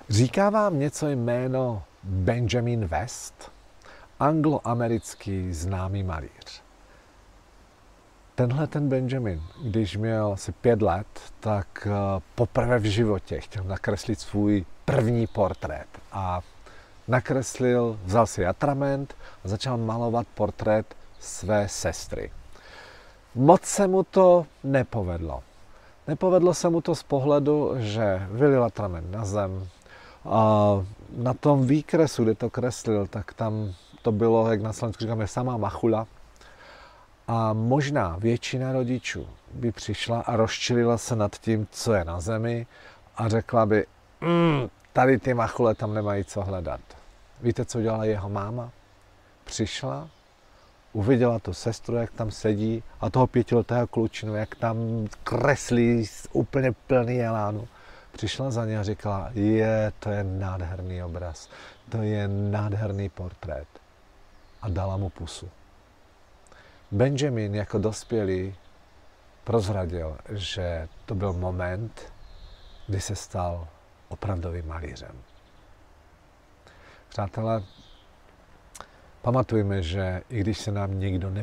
Říká vám něco jméno Benjamin West? Angloamerický známý malíř. Tenhle ten Benjamin, když měl asi 5 let, tak poprvé v životě chtěl nakreslit svůj první portrét. A nakreslil, vzal si atrament a začal malovat portrét své sestry. Moc se mu to nepovedlo. Nepovedlo se mu to z pohledu, že vylil atrament na zem. A na tom výkresu, kde to kreslil, tak tam to bylo, jak na Slovensku říkáme, samá machula. A možná většina rodičů by přišla a rozčilila se nad tím, co je na zemi a řekla by, tady ty machule tam nemají co hledat. Víte, co dělala jeho máma? Přišla, uviděla tu sestru, jak tam sedí a toho 5letého klučinu, jak tam kreslí úplně plný elánu. Přišla za ně a říkala, to je nádherný obraz, to je nádherný portrét. A dala mu pusu. Benjamin jako dospělý prozradil, že to byl moment, kdy se stal opravdovým malířem. Přátelé, pamatujme, že i když se nám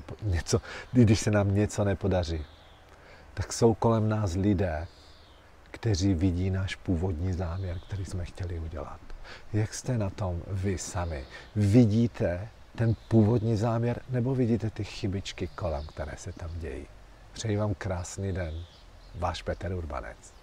něco nepodaří, tak jsou kolem nás lidé, kteří vidí náš původní záměr, který jsme chtěli udělat. Jak jste na tom vy sami? Vidíte ten původní záměr, nebo vidíte ty chybičky kolem, které se tam dějí? Přeji vám krásný den. Váš Petr Urbanec.